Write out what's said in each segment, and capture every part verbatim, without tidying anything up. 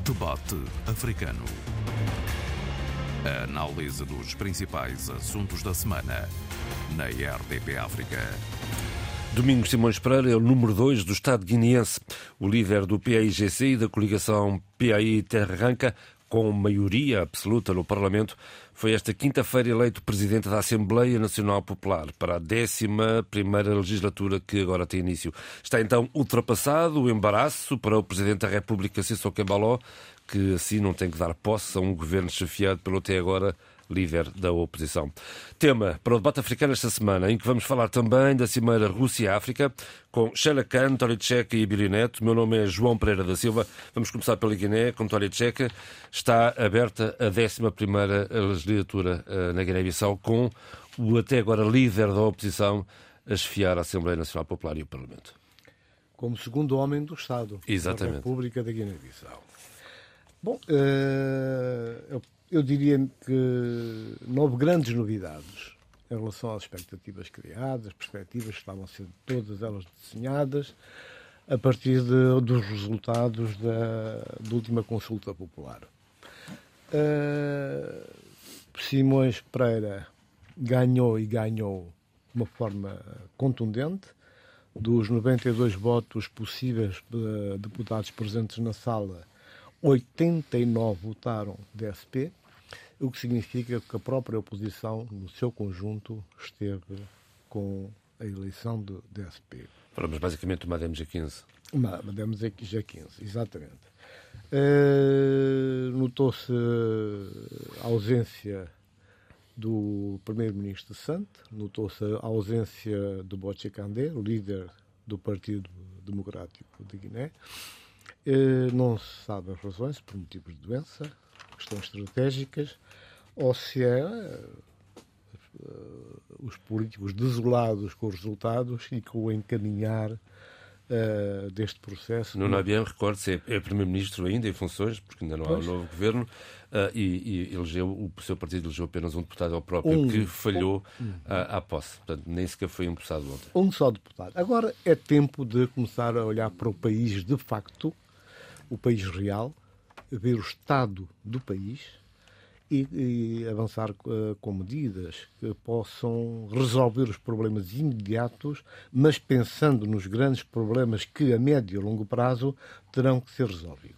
Debate Africano. A análise dos principais assuntos da semana na R D P África. Domingos Simões Pereira é o número dois do Estado guineense. O líder do P A I G C e da coligação P A I Terra Arranca, com maioria absoluta no Parlamento, foi esta quinta-feira eleito presidente da Assembleia Nacional Popular para a décima primeira legislatura que agora tem início. Está então ultrapassado o embaraço para o presidente da República, Sissoko Embaló, que assim não tem que dar posse a um governo chefiado pelo até agora líder da oposição. Tema para o debate africano esta semana, em que vamos falar também da Cimeira Rússia-África, com Sheila Khan, Tória Tcheca e Bílio Neto. Meu nome é João Pereira da Silva. Vamos começar pela Guiné, com Tória Tcheca. Está aberta a décima primeira legislatura na Guiné-Bissau, com o até agora líder da oposição a chefiar a Assembleia Nacional Popular e o Parlamento. Como segundo homem do Estado. Exatamente. Da República da Guiné-Bissau. Bom, eu Eu diria que não houve grandes novidades em relação às expectativas criadas, as perspectivas que estavam sendo todas elas desenhadas a partir de, dos resultados da, da última consulta popular. Uh, Simões Pereira ganhou e ganhou de uma forma contundente. Dos noventa e dois votos possíveis de deputados presentes na sala, oitenta e nove votaram D S P, o que significa que a própria oposição, no seu conjunto, esteve com a eleição do D S P. Falamos basicamente uma ADEM G quinze. Uma ADEM G quinze, exatamente. Uh, notou-se a ausência do primeiro-ministro Sante, notou-se a ausência do Bocé Kandé, o líder do Partido Democrático de Guiné. Uh, não se sabe as razões, por motivos de doença, questões estratégicas, ou se é uh, os políticos desolados com os resultados e com o encaminhar uh, deste processo. Nuno Abiang, recorde-se, é, é primeiro-ministro ainda em funções, porque ainda não pois. há um novo governo, uh, e, e elegeu, o seu partido elegeu apenas um deputado ao próprio, um, que falhou um, à, à posse. Portanto, nem sequer foi empossado ontem. Um só deputado. Agora é tempo de começar a olhar para o país de facto, o país real, ver o estado do país e, e avançar uh, com medidas que possam resolver os problemas imediatos, mas pensando nos grandes problemas que a médio e longo prazo terão que ser resolvidos.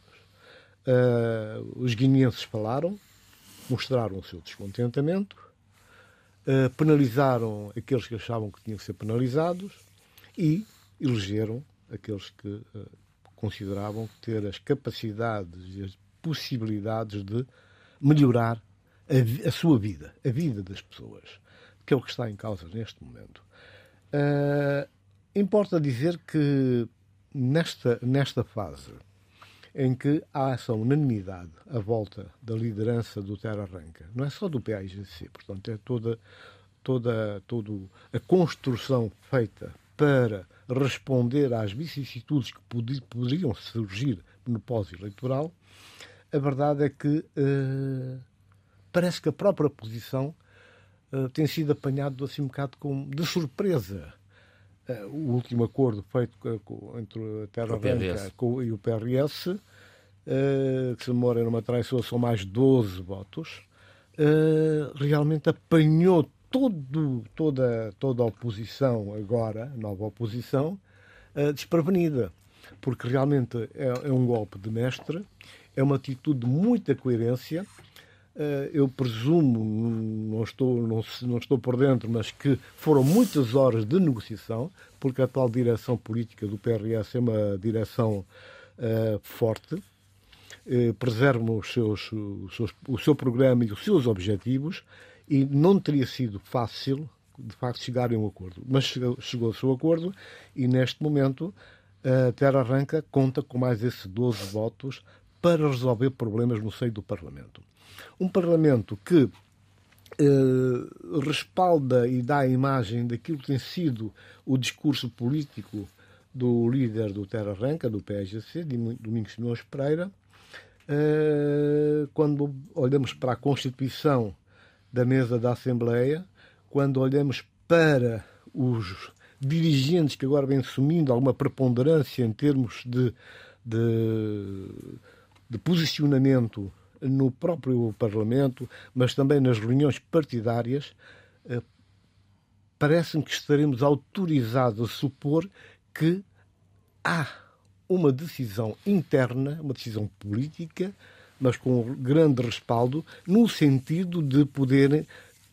Uh, os guineenses falaram, mostraram o seu descontentamento, uh, penalizaram aqueles que achavam que tinham que ser penalizados e elegeram aqueles que uh, consideravam ter as capacidades e as possibilidades de melhorar a, a sua vida, a vida das pessoas, que é o que está em causa neste momento. Uh, importa dizer que nesta, nesta fase em que há essa unanimidade à volta da liderança do Terra Arranca, não é só do P A I G C, portanto é toda, toda, toda a construção feita para responder às vicissitudes que poderiam surgir no pós-eleitoral. A verdade é que uh, parece que a própria oposição uh, tem sido apanhado assim um bocado com, de surpresa. Uh, o último acordo feito com, com, entre a Terra Arranca e o P R S, uh, que se demora numa traição, são mais doze votos, uh, realmente apanhou todo, toda, toda a oposição agora, a nova oposição, uh, desprevenida. Porque realmente é, é um golpe de mestre, é uma atitude de muita coerência. Uh, eu presumo, não estou, não, não estou por dentro, mas que foram muitas horas de negociação, porque a atual direção política do P R S é uma direção uh, forte, uh, preserva os seus, os seus, o seu programa e os seus objetivos, e não teria sido fácil, de facto, chegar a um acordo. Mas chegou, chegou-se ao acordo e, neste momento, a Terra Arranca conta com mais esses doze votos para resolver problemas no seio do Parlamento. Um Parlamento que eh, respalda e dá a imagem daquilo que tem sido o discurso político do líder do Terra Arranca, do P A I G C, Domingos Simões Pereira. Eh, quando olhamos para a Constituição da mesa da Assembleia, quando olhamos para os dirigentes que agora vêm assumindo alguma preponderância em termos de, de de posicionamento no próprio Parlamento, mas também nas reuniões partidárias, parece-me que estaremos autorizados a supor que há uma decisão interna, uma decisão política, mas com grande respaldo, no sentido de poder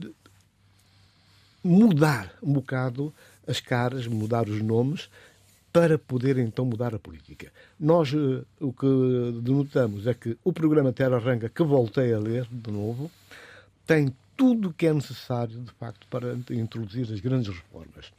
mudar um bocado as caras, mudar os nomes, para poder então mudar a política. Nós uh, o que denotamos é que o programa Terra Arranca, que voltei a ler de novo, tem tudo o que é necessário, de facto, para introduzir as grandes reformas.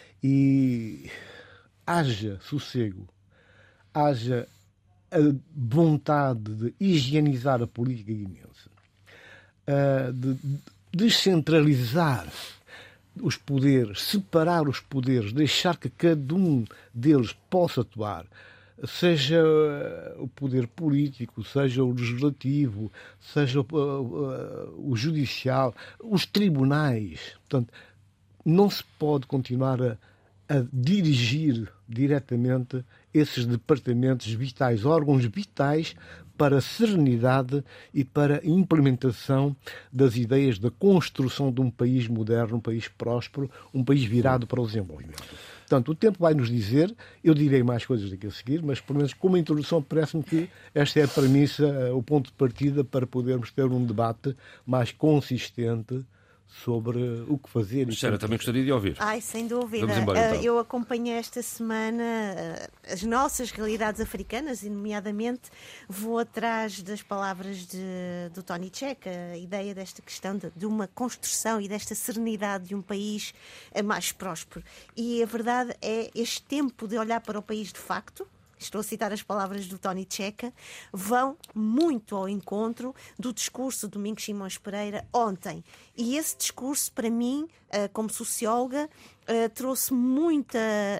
E haja sossego, haja a vontade de higienizar a política guineense, uh, de descentralizar os poderes, separar os poderes, deixar que cada um deles possa atuar, seja o poder político, seja o legislativo, seja o, o, o judicial, os tribunais. Portanto, não se pode continuar a, a dirigir diretamente esses departamentos vitais, órgãos vitais para a serenidade e para a implementação das ideias da construção de um país moderno, um país próspero, um país virado para o desenvolvimento. Portanto, o tempo vai nos dizer, eu direi mais coisas daqui a seguir, mas, pelo menos, como introdução, parece-me que esta é a premissa, o ponto de partida para podermos ter um debate mais consistente sobre o que fazer. Sara, também gostaria de ouvir. Ai, sem dúvida. Vamos embora, então. Eu acompanhei esta semana as nossas realidades africanas e, nomeadamente, vou atrás das palavras de, do Tony Checa, a ideia desta questão de, de uma construção e desta serenidade de um país mais próspero. E a verdade é este tempo de olhar para o país de facto, estou a citar as palavras do Tony Checa, vão muito ao encontro do discurso de Domingos Simões Pereira ontem. E esse discurso, para mim, como socióloga, trouxe muita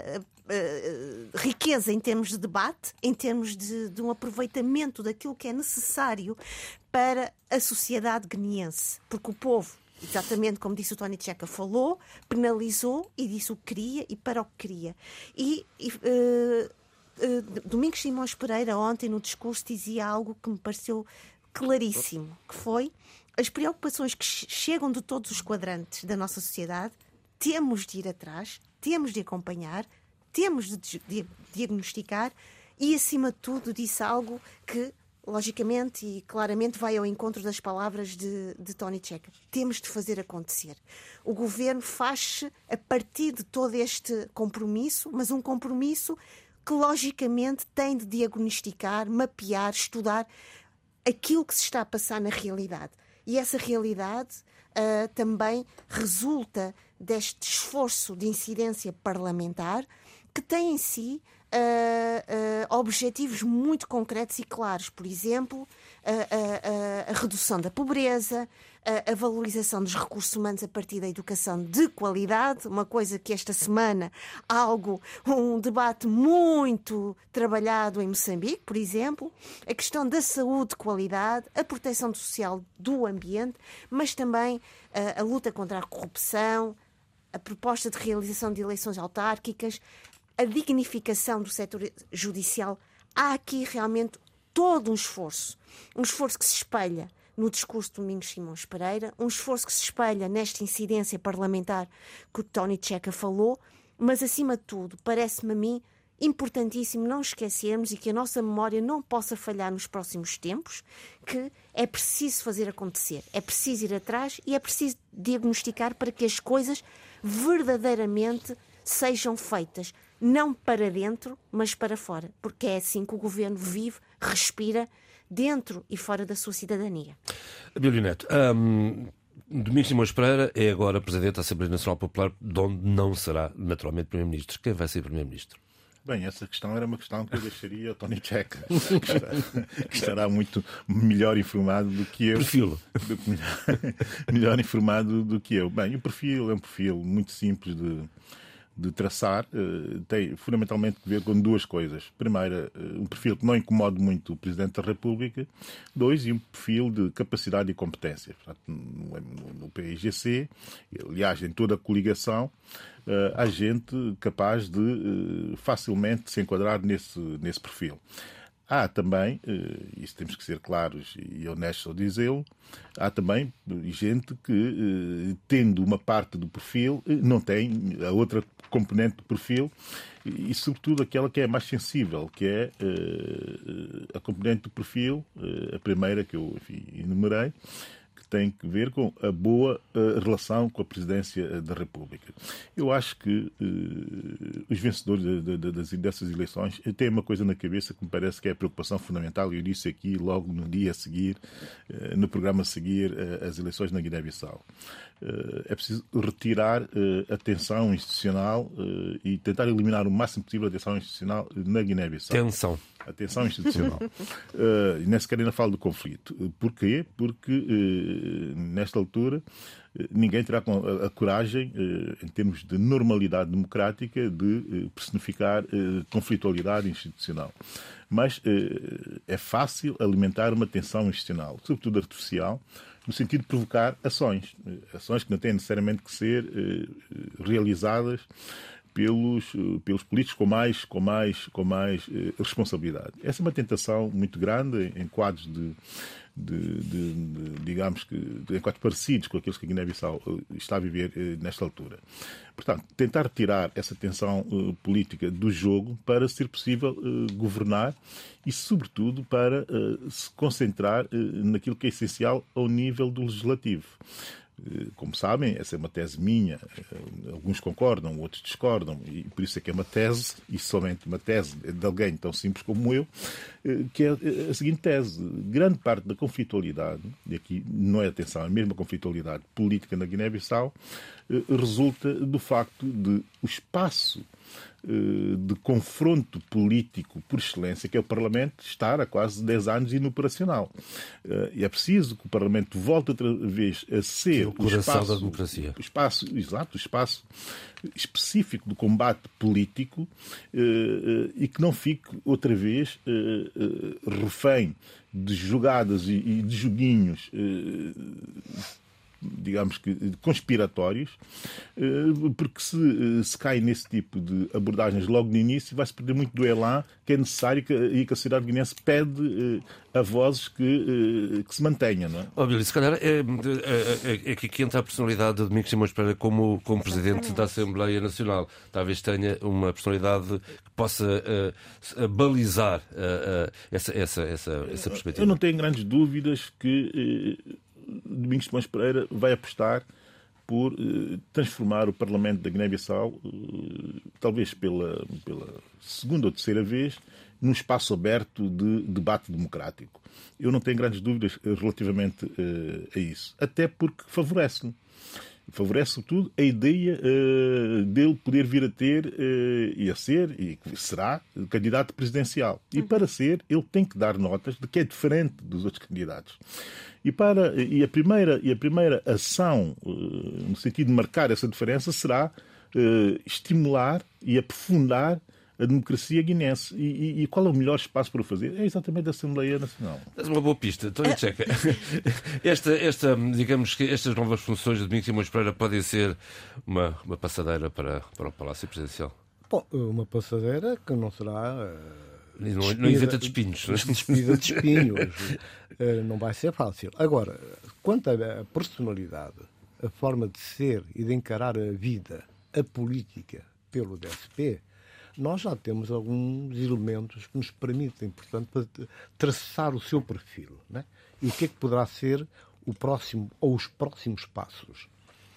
riqueza em termos de debate, em termos de, de um aproveitamento daquilo que é necessário para a sociedade guineense. Porque o povo, exatamente como disse o Tony Checa, falou, penalizou e disse o que queria e para o que queria. E... e uh, Uh, Domingos Simões Pereira ontem no discurso dizia algo que me pareceu claríssimo, que foi as preocupações que chegam de todos os quadrantes da nossa sociedade, temos de ir atrás, temos de acompanhar, temos de, de diagnosticar e, acima de tudo, disse algo que, logicamente e claramente, vai ao encontro das palavras de, de Tony Checa. Temos de fazer acontecer. O governo faz-se a partir de todo este compromisso, mas um compromisso que logicamente tem de diagnosticar, mapear, estudar aquilo que se está a passar na realidade. E essa realidade uh, também resulta deste esforço de incidência parlamentar que tem em si uh, uh, objetivos muito concretos e claros. Por exemplo, a, a, a, a redução da pobreza, a, a valorização dos recursos humanos a partir da educação de qualidade, uma coisa que esta semana algo, um debate muito trabalhado em Moçambique, por exemplo, a questão da saúde de qualidade, a proteção social do ambiente, mas também a, a luta contra a corrupção, a proposta de realização de eleições autárquicas, a dignificação do setor judicial. Há aqui realmente todo um esforço, um esforço que se espelha no discurso de Domingos Simões Pereira, um esforço que se espelha nesta incidência parlamentar que o Tony Checa falou, mas, acima de tudo, parece-me a mim importantíssimo não esquecermos e que a nossa memória não possa falhar nos próximos tempos, que é preciso fazer acontecer, é preciso ir atrás e é preciso diagnosticar para que as coisas verdadeiramente sejam feitas, não para dentro, mas para fora, porque é assim que o governo vive, respira, dentro e fora da sua cidadania. Abílio Neto, um, Domingos Simões Pereira é agora Presidente da Assembleia Nacional Popular, de onde não será naturalmente Primeiro-Ministro. Quem vai ser Primeiro-Ministro? Bem, essa questão era uma questão que eu deixaria ao Tony Checa, que estará, que estará muito melhor informado do que eu. Perfil. Melhor, melhor informado do que eu. Bem, o perfil é um perfil muito simples de... de traçar, tem fundamentalmente a ver com duas coisas. Primeiro, um perfil que não incomode muito o Presidente da República. Dois, e um perfil de capacidade e competência. Portanto, no P I G C, aliás, em toda a coligação, há gente capaz de facilmente se enquadrar nesse, nesse perfil. há também, isso temos que ser claros e honestos ao dizê-lo, há também gente que, tendo uma parte do perfil, não tem a outra componente do perfil e, sobretudo, aquela que é mais sensível, que é a componente do perfil, a primeira que eu, enfim, enumerei, que tem que ver com a boa uh, relação com a Presidência da República. Eu acho que uh, os vencedores de, de, de, das, dessas eleições têm uma coisa na cabeça que me parece que é a preocupação fundamental, e eu disse aqui logo no dia a seguir, uh, no programa a seguir, uh, as eleições na Guiné-Bissau. Uh, é preciso retirar uh, a tensão institucional uh, e tentar eliminar o máximo possível a tensão institucional na Guiné-Bissau. Tensão. A tensão institucional. uh, e nem sequer ainda falo do conflito. Porquê? Porque, uh, nesta altura, uh, ninguém terá a, a coragem, uh, em termos de normalidade democrática, de uh, personificar uh, conflitualidade institucional. Mas uh, é fácil alimentar uma tensão institucional, sobretudo artificial, no sentido de provocar ações. Uh, ações que não têm necessariamente que ser uh, realizadas pelos, pelos políticos com mais, com mais, com mais eh, responsabilidade. Essa é uma tentação muito grande em quadros de, de, de, de digamos que, de, em quadros parecidos com aqueles que a Guiné-Bissau está a viver eh, nesta altura. Portanto, tentar tirar essa tensão eh, política do jogo para ser possível eh, governar e, sobretudo, para eh, se concentrar eh, naquilo que é essencial ao nível do legislativo. Como sabem, essa é uma tese minha, alguns concordam, outros discordam, e por isso é que é uma tese, e somente uma tese de alguém tão simples como eu, que é a seguinte tese: grande parte da conflitualidade, e aqui não é atenção, a mesma conflitualidade política na Guiné-Bissau, resulta do facto de o espaço de confronto político por excelência, que é o Parlamento, estar há quase dez anos inoperacional. E é preciso que o Parlamento volte outra vez a ser o coração espaço, da democracia. O espaço, exato, o espaço específico do combate político e que não fique outra vez refém de jogadas e de joguinhos, digamos que conspiratórios, porque se, se cai nesse tipo de abordagens logo no início, vai-se perder muito do elan que é necessário e que a sociedade guinense pede a vozes que, que se mantenham, não é? Óbvio, se calhar é, é, é que aqui entra a personalidade de Domingos Simões Pereira como, como Presidente da Assembleia Nacional. Talvez tenha uma personalidade que possa uh, balizar uh, uh, essa, essa, essa, essa perspectiva. Eu não tenho grandes dúvidas que uh, Domingos Simões Pereira vai apostar por uh, transformar o Parlamento da Guiné-Bissau, uh, talvez pela, pela segunda ou terceira vez, num espaço aberto de debate democrático. Eu não tenho grandes dúvidas relativamente uh, a isso. Até porque favorece-me. Favorece, sobretudo, a ideia uh, dele poder vir a ter uh, e a ser, e será, candidato presidencial. E para ser, ele tem que dar notas de que é diferente dos outros candidatos. E, para, e, a, primeira, e a primeira ação, uh, no sentido de marcar essa diferença, será uh, estimular e aprofundar a democracia guinense. E, e, e qual é o melhor espaço para o fazer? É exatamente a Assembleia Nacional. É uma boa pista. António Checa, esta, esta, digamos que estas novas funções de Domingos Simões Pereira podem ser uma, uma passadeira para, para o Palácio Presidencial? Bom, uma passadeira que não será... Uh... Não, despida, não inventa de espinhos. Não é? Despida de espinhos. Não vai ser fácil. Agora, quanto à personalidade, a forma de ser e de encarar a vida, a política pelo D S P, nós já temos alguns elementos que nos permitem, portanto, traçar o seu perfil, né? E o que é que poderá ser o próximo ou os próximos passos.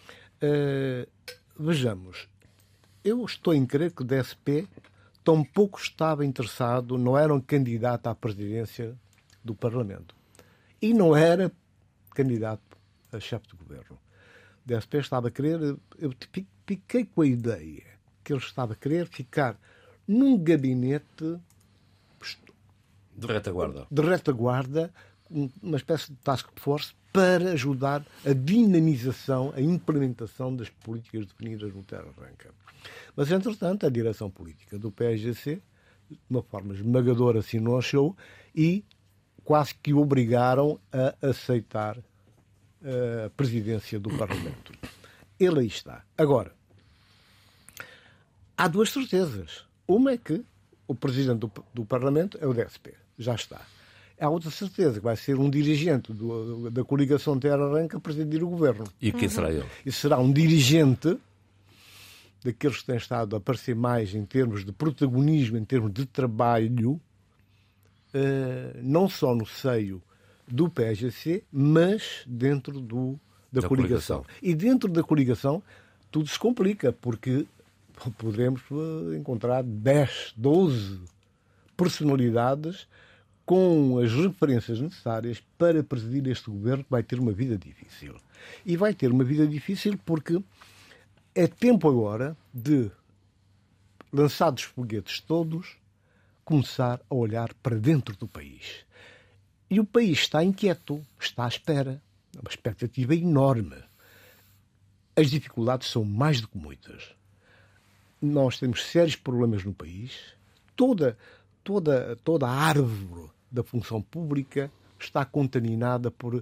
Uh, vejamos, eu estou em crer que o D S P tão pouco estava interessado, não era um candidato à presidência do Parlamento. E não era candidato a chefe de governo. O D S P estava a querer, eu fiquei com a ideia que ele estava a querer ficar num gabinete de retaguarda, de retaguarda, uma espécie de task force para ajudar a dinamização, a implementação das políticas definidas no Terra Branca. Mas, entretanto, a direção política do P A I G C, de uma forma esmagadora, assim não achou, e quase que o obrigaram a aceitar a presidência do Parlamento. Ele aí está. Agora, há duas certezas. Uma é que o presidente do, do Parlamento é o D S P. já está. Há outra certeza, que vai ser um dirigente do, da coligação Terra Arranca a presidir o governo. E quem será ele? E será um dirigente daqueles que têm estado a aparecer mais em termos de protagonismo, em termos de trabalho, uh, não só no seio do P A G C, mas dentro do, da, da coligação. coligação. E dentro da coligação tudo se complica, porque podemos uh, encontrar dez, doze personalidades com as referências necessárias para presidir este governo, que vai ter uma vida difícil. E vai ter uma vida difícil porque é tempo agora de, lançados os foguetes todos, começar a olhar para dentro do país. E o país está inquieto, está à espera. É uma expectativa enorme. As dificuldades são mais do que muitas. Nós temos sérios problemas no país. Toda, toda, toda a árvore da função pública está contaminada por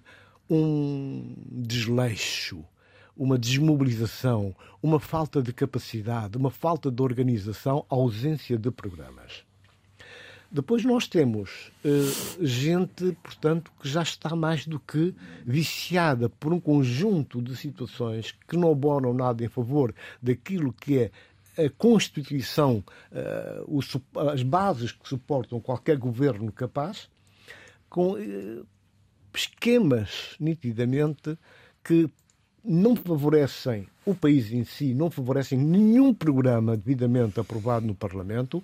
um desleixo, uma desmobilização, uma falta de capacidade, uma falta de organização, ausência de programas. Depois nós temos uh, gente, portanto, que já está mais do que viciada por um conjunto de situações que não aboram nada em favor daquilo que é a Constituição, uh, o, as bases que suportam qualquer governo capaz, com uh, esquemas, nitidamente, que não favorecem o país em si, não favorecem nenhum programa devidamente aprovado no Parlamento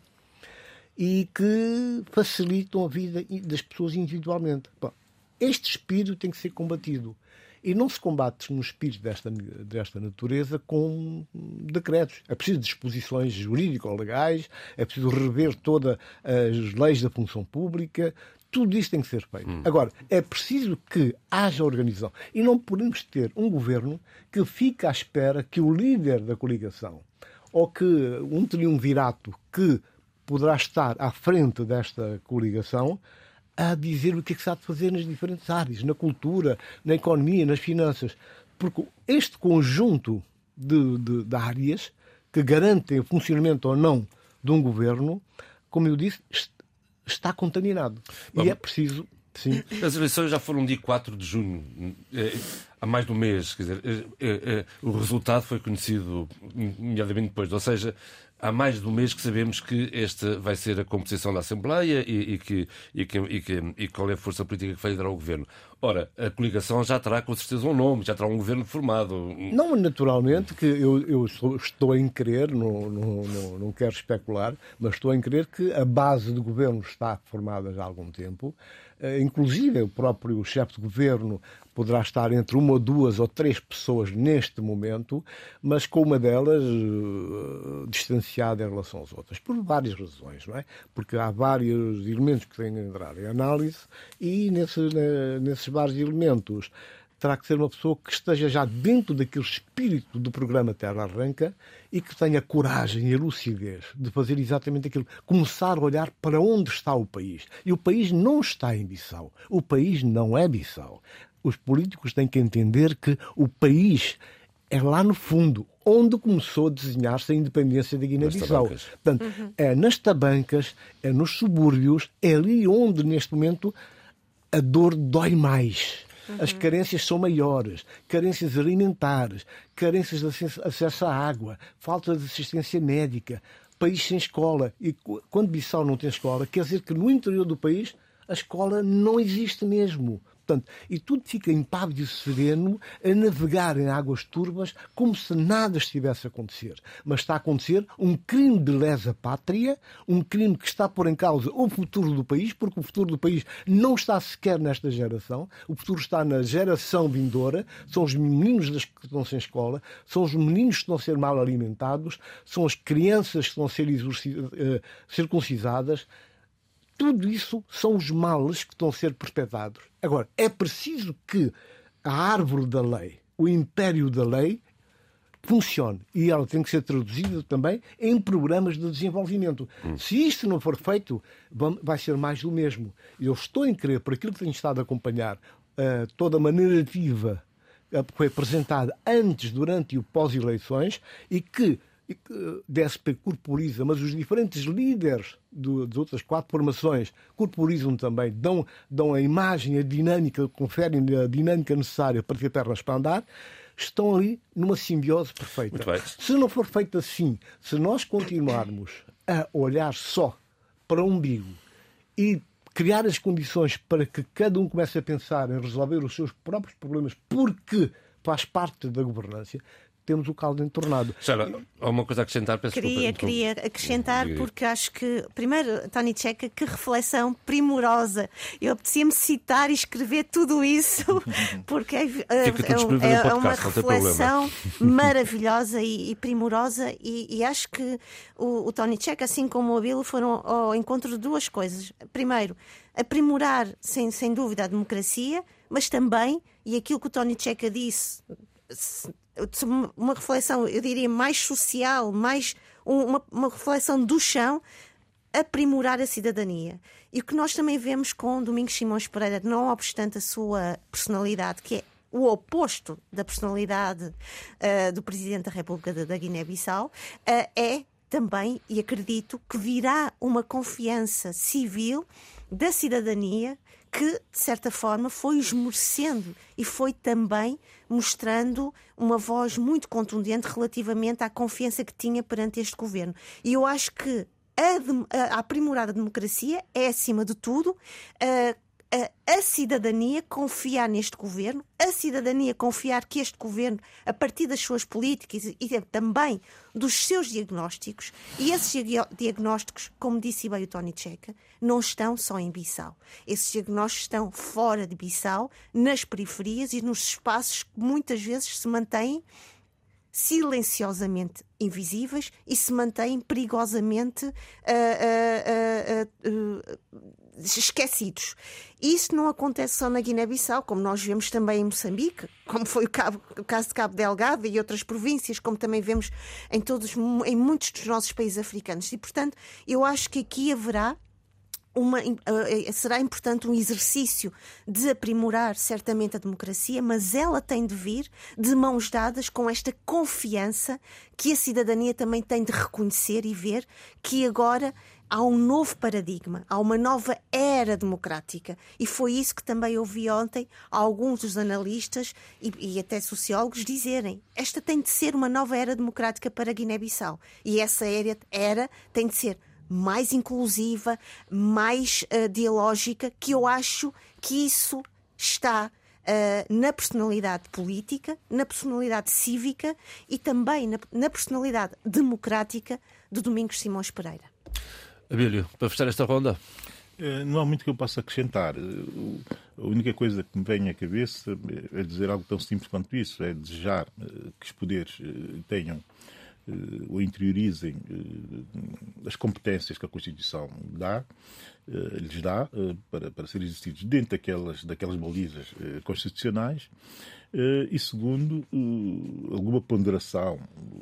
e que facilitam a vida das pessoas individualmente. Bom, este espírito tem que ser combatido. E não se combate no espírito desta, desta natureza com decretos. É preciso disposições jurídico-legais, é preciso rever todas as leis da função pública. Tudo isso tem que ser feito. Hum. Agora, é preciso que haja organização. E não podemos ter um governo que fica à espera que o líder da coligação ou que um triunvirato que poderá estar à frente desta coligação a dizer o que é que se há de fazer nas diferentes áreas, na cultura, na economia, nas finanças. Porque este conjunto de, de, de áreas que garantem o funcionamento ou não de um governo, como eu disse, está contaminado. Bom, e é preciso... Sim. As eleições já foram dia quatro de junho, é, há mais de um mês. Quer dizer, é, é, o resultado foi conhecido imediatamente depois. Ou seja, há mais de um mês que sabemos que esta vai ser a composição da Assembleia e, e, que, e, que, e, que, e qual é a força política que vai liderar o governo. Ora, a coligação já terá com certeza um nome, já terá um governo formado. Não, naturalmente, que eu, eu estou, estou em crer, não, não, não, não quero especular, mas estou em crer que a base do governo está formada já há algum tempo. Inclusive, o próprio chefe de governo poderá estar entre uma, duas ou três pessoas neste momento, mas com uma delas uh, distanciada em relação às outras, por várias razões, não é? Porque há vários elementos que têm que entrar em análise e nesse, né, nesses vários elementos terá que ser uma pessoa que esteja já dentro daquele espírito do programa Terra Arranca e que tenha coragem e lucidez de fazer exatamente aquilo. Começar a olhar para onde está o país. E o país não está em Bissau. O país não é Bissau. Os políticos têm que entender que o país é lá no fundo, onde começou a desenhar-se a independência da Guiné-Bissau. Portanto, uhum. é nas tabancas, é nos subúrbios, é ali onde, neste momento, a dor dói mais. As carências são maiores, carências alimentares, carências de acesso à água, falta de assistência médica, país sem escola. E quando Bissau não tem escola, quer dizer que no interior do país a escola não existe mesmo. Portanto, e tudo fica impávido e sereno a navegar em águas turbas como se nada estivesse a acontecer. Mas está a acontecer um crime de lesa pátria, um crime que está a pôr em causa o futuro do país, porque o futuro do país não está sequer nesta geração, o futuro está na geração vindoura, são os meninos que estão sem escola, são os meninos que estão a ser mal alimentados, são as crianças que estão a ser circuncisadas. Tudo isso são os males que estão a ser perpetrados. Agora, é preciso que a árvore da lei, o império da lei, funcione. E ela tem que ser traduzida também em programas de desenvolvimento. Hum. Se isto não for feito, vai ser mais do mesmo. Eu estou em crer, por aquilo que tenho estado a acompanhar, uh, toda uma narrativa que foi apresentada antes, durante e pós-eleições, e que D S P corporiza, mas os diferentes líderes do, das outras quatro formações corporizam também, dão, dão a imagem, a dinâmica, conferem a dinâmica necessária para ter pernas para andar, estão ali numa simbiose perfeita. Se não for feito assim, se nós continuarmos a olhar só para o umbigo e criar as condições para que cada um comece a pensar em resolver os seus próprios problemas porque faz parte da governança, temos o caldo entornado. Sara, há uma coisa a acrescentar? Peço queria, desculpa. queria acrescentar porque acho que, primeiro, Tony Checa, que reflexão primorosa. Eu apetecia-me citar e escrever tudo isso porque é, é, é, é uma reflexão maravilhosa e, e primorosa e, e acho que o, o Tony Checa, assim como o Abílio, foram ao encontro de duas coisas. Primeiro, aprimorar, sem, sem dúvida, a democracia, mas também, e aquilo que o Tony Checa disse, uma reflexão, eu diria, mais social, mais uma, uma reflexão do chão, aprimorar a cidadania. E o que nós também vemos com Domingos Simões Pereira, não obstante a sua personalidade, que é o oposto da personalidade uh, do Presidente da República da, da Guiné-Bissau, uh, é também, e acredito, que virá uma confiança civil da cidadania que, de certa forma, foi esmorecendo e foi também mostrando uma voz muito contundente relativamente à confiança que tinha perante este governo. E eu acho que a, a, a aprimorada democracia é, acima de tudo, a, a, a cidadania confiar neste governo, a cidadania confiar que este governo, a partir das suas políticas e também dos seus diagnósticos, e esses diagnósticos, como disse bem o Tony Checa, não estão só em Bissau. Esses diagnósticos estão fora de Bissau, nas periferias e nos espaços que muitas vezes se mantêm silenciosamente invisíveis e se mantêm perigosamente uh, uh, uh, uh, uh, esquecidos. Isso não acontece só na Guiné-Bissau, como nós vemos também em Moçambique, como foi o, Cabo, o caso de Cabo Delgado e outras províncias, como também vemos em, todos, em muitos dos nossos países africanos. E, portanto, eu acho que aqui haverá Uma, será importante um exercício de aprimorar certamente a democracia, mas ela tem de vir de mãos dadas com esta confiança que a cidadania também tem de reconhecer e ver que agora há um novo paradigma, há uma nova era democrática. E foi isso que também ouvi ontem alguns dos analistas e, e até sociólogos dizerem. Esta tem de ser uma nova era democrática para a Guiné-Bissau. E essa era, era tem de ser mais inclusiva, mais uh, dialógica, que eu acho que isso está uh, na personalidade política, na personalidade cívica e também na, na personalidade democrática de Domingos Simões Pereira. Abílio, para fechar esta ronda? Não há muito que eu possa acrescentar. A única coisa que me vem à cabeça é dizer algo tão simples quanto isso, é desejar que os poderes tenham ou interiorizem as competências que a Constituição dá, lhes dá para, para serem exercidos dentro daquelas, daquelas balizas constitucionais e, segundo, alguma ponderação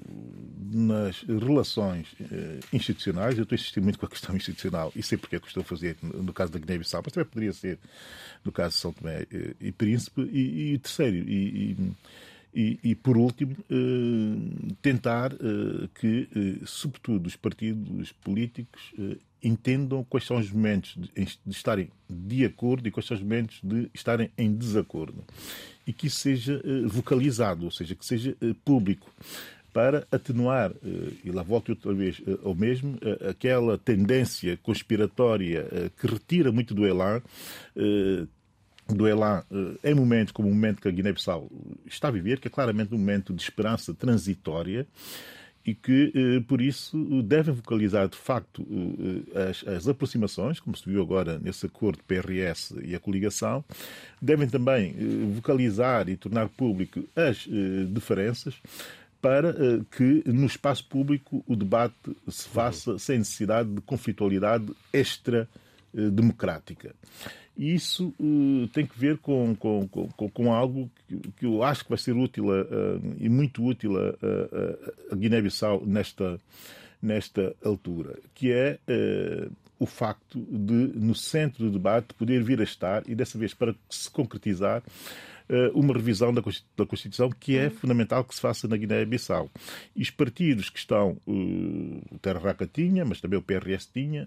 nas relações institucionais. Eu estou a insistir muito com a questão institucional e sei porque é que estou a fazer no caso da Guiné-Bissau, mas também poderia ser no caso de São Tomé e Príncipe. E, e terceiro, e, e E, e, por último, eh, tentar eh, que, eh, sobretudo, os partidos políticos eh, entendam quais são os momentos de, de estarem de acordo e quais são os momentos de estarem em desacordo. E que isso seja eh, vocalizado, ou seja, que seja eh, público, para atenuar, eh, e lá volto outra vez eh, ao mesmo, eh, aquela tendência conspiratória eh, que retira muito do elan, eh, do elan em momentos como o momento que a Guiné-Bissau está a viver, que é claramente um momento de esperança transitória e que, por isso, devem vocalizar, de facto, as, as aproximações, como se viu agora nesse acordo P R S e a coligação, devem também vocalizar e tornar público as diferenças para que, no espaço público, o debate se faça sem necessidade de conflitualidade extra-democrática. E isso uh, tem que ver com, com, com, com algo que, que eu acho que vai ser útil a, a, e muito útil a, a, a Guiné-Bissau nesta, nesta altura, que é uh, o facto de, no centro do debate, poder vir a estar, e dessa vez para se concretizar, uma revisão da Constituição que é fundamental que se faça na Guiné-Bissau. E os partidos que estão, o Terra Raca tinha, mas também o P R S tinha,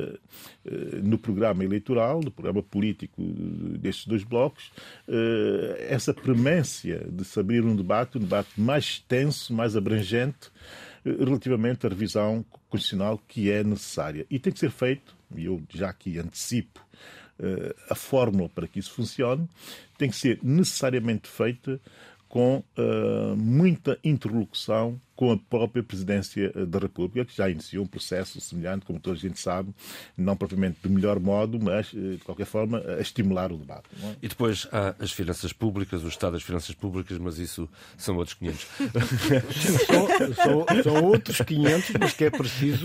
no programa eleitoral, no programa político destes dois blocos, essa premência de se abrir um debate, um debate mais extenso, mais abrangente, relativamente à revisão constitucional que é necessária. E tem que ser feito, e eu já aqui antecipo a fórmula para que isso funcione, tem que ser necessariamente feita com uh, muita interlocução com a própria Presidência da República, que já iniciou um processo semelhante, como toda a gente sabe, não propriamente do melhor modo, mas, de qualquer forma, a estimular o debate. Não é? E depois há as finanças públicas, o Estado das finanças públicas, mas isso são outros quinhentos. são, são, são outros quinhentos, mas que é preciso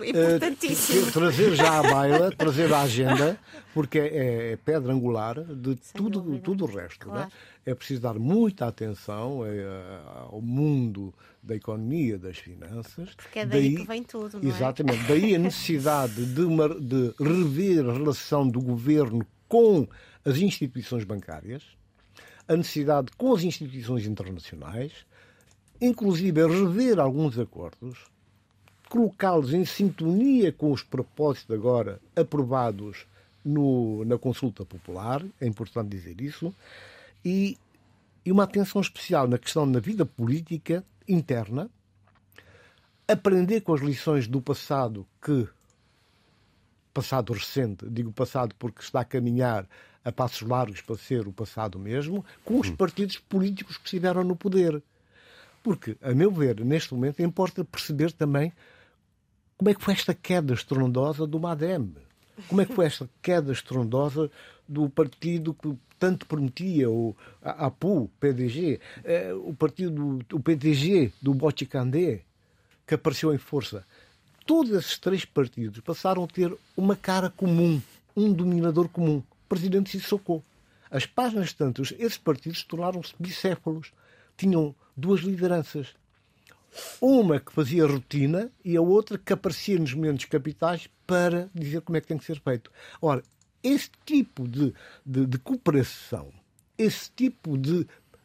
uh, trazer já à baila, trazer à agenda, porque é, é pedra angular de tudo, tudo o resto. Claro. Não é? É preciso dar muita atenção ao mundo da economia, das finanças. Porque é daí, daí que vem tudo, não é? Exatamente. Daí a necessidade de, uma, de rever a relação do governo com as instituições bancárias, a necessidade com as instituições internacionais, inclusive a rever alguns acordos, colocá-los em sintonia com os propósitos agora aprovados no, na consulta popular, é importante dizer isso, e, e uma atenção especial na questão da vida política interna, aprender com as lições do passado que, passado recente, digo passado porque está a caminhar a passos largos para ser o passado mesmo, com os partidos políticos que estiveram no poder. Porque, a meu ver, neste momento, importa perceber também como é que foi esta queda estrondosa do MADEM. Como é que foi esta queda estrondosa do partido que tanto prometia, o A P U, P D G, o partido, o P T G do Bochicandé, que apareceu em força. Todos esses três partidos passaram a ter uma cara comum, um dominador comum, o presidente Sissoko. As páginas tantas, esses partidos tornaram-se bicéfalos. Tinham duas lideranças. Uma que fazia rotina e a outra que aparecia nos momentos capitais para dizer como é que tem que ser feito. Ora, esse tipo de, de, de cooperação, esse tipo de,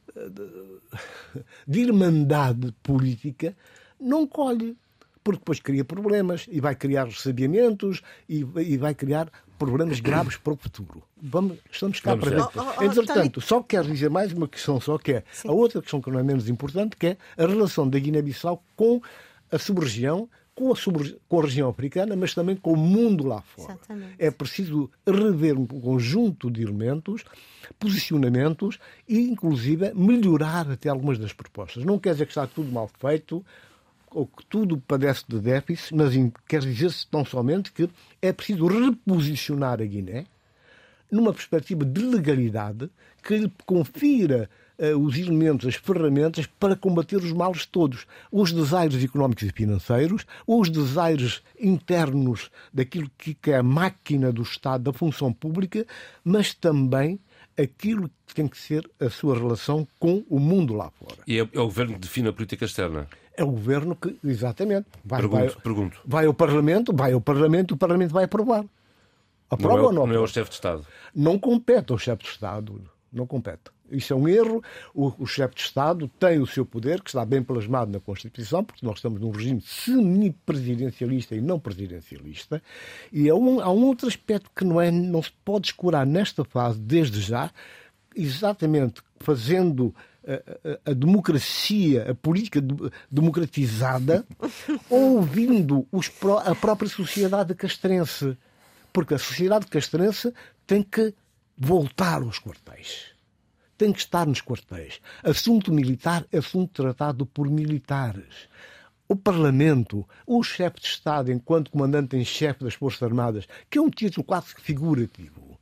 de, de irmandade política não colhe, porque depois cria problemas e vai criar ressabiamentos e, e vai criar problemas graves para o futuro. Vamos, estamos cá Vamos para ver. Oh, oh, Entretanto, só quero dizer mais uma questão, só que é Sim. a outra questão que não é menos importante, que é a relação da Guiné-Bissau com a sub-região, com a, sub, com a região africana, mas também com o mundo lá fora. Exatamente. É preciso rever um conjunto de elementos, posicionamentos e, inclusive, melhorar até algumas das propostas. Não quer dizer que está tudo mal feito ou que tudo padece de déficit, mas quer dizer-se tão somente que é preciso reposicionar a Guiné numa perspectiva de legalidade que lhe confira uh, os elementos, as ferramentas para combater os males todos. Os desaires económicos e financeiros, os desaires internos daquilo que é a máquina do Estado, da função pública, mas também aquilo que tem que ser a sua relação com o mundo lá fora. E é, é o governo que define a política externa? É o governo que, exatamente, vai, pergunto, vai, pergunto. vai ao Parlamento, vai ao Parlamento e o Parlamento vai aprovar. Aprova não é, ou não? Não é o chefe de Estado? Não compete ao chefe de Estado. Não compete. Isso é um erro. O, o chefe de Estado tem o seu poder, que está bem plasmado na Constituição, porque nós estamos num regime semi-presidencialista e não presidencialista. E há um, há um outro aspecto que não, é, não se pode escurar nesta fase, desde já, exatamente fazendo a, a, a democracia, a política de, democratizada, ouvindo os, a própria sociedade castrense. Porque a sociedade castrense tem que voltar aos quartéis. Tem que estar nos quartéis. Assunto militar é assunto tratado por militares. O Parlamento, o chefe de Estado, enquanto comandante em chefe das Forças Armadas, que é um título quase figurativo,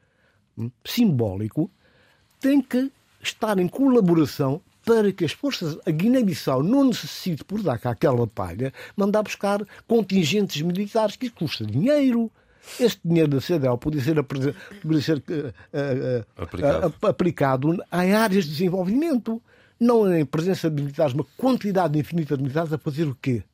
simbólico, tem que estar em colaboração para que as forças, a Guiné-Bissau não necessite, por dar cá aquela palha, mandar buscar contingentes militares, que custa dinheiro. Este dinheiro da C D A O podia ser, podia ser uh, uh, aplicado. Uh, aplicado em áreas de desenvolvimento. Não em presença de militares, uma quantidade infinita de militares a fazer o quê?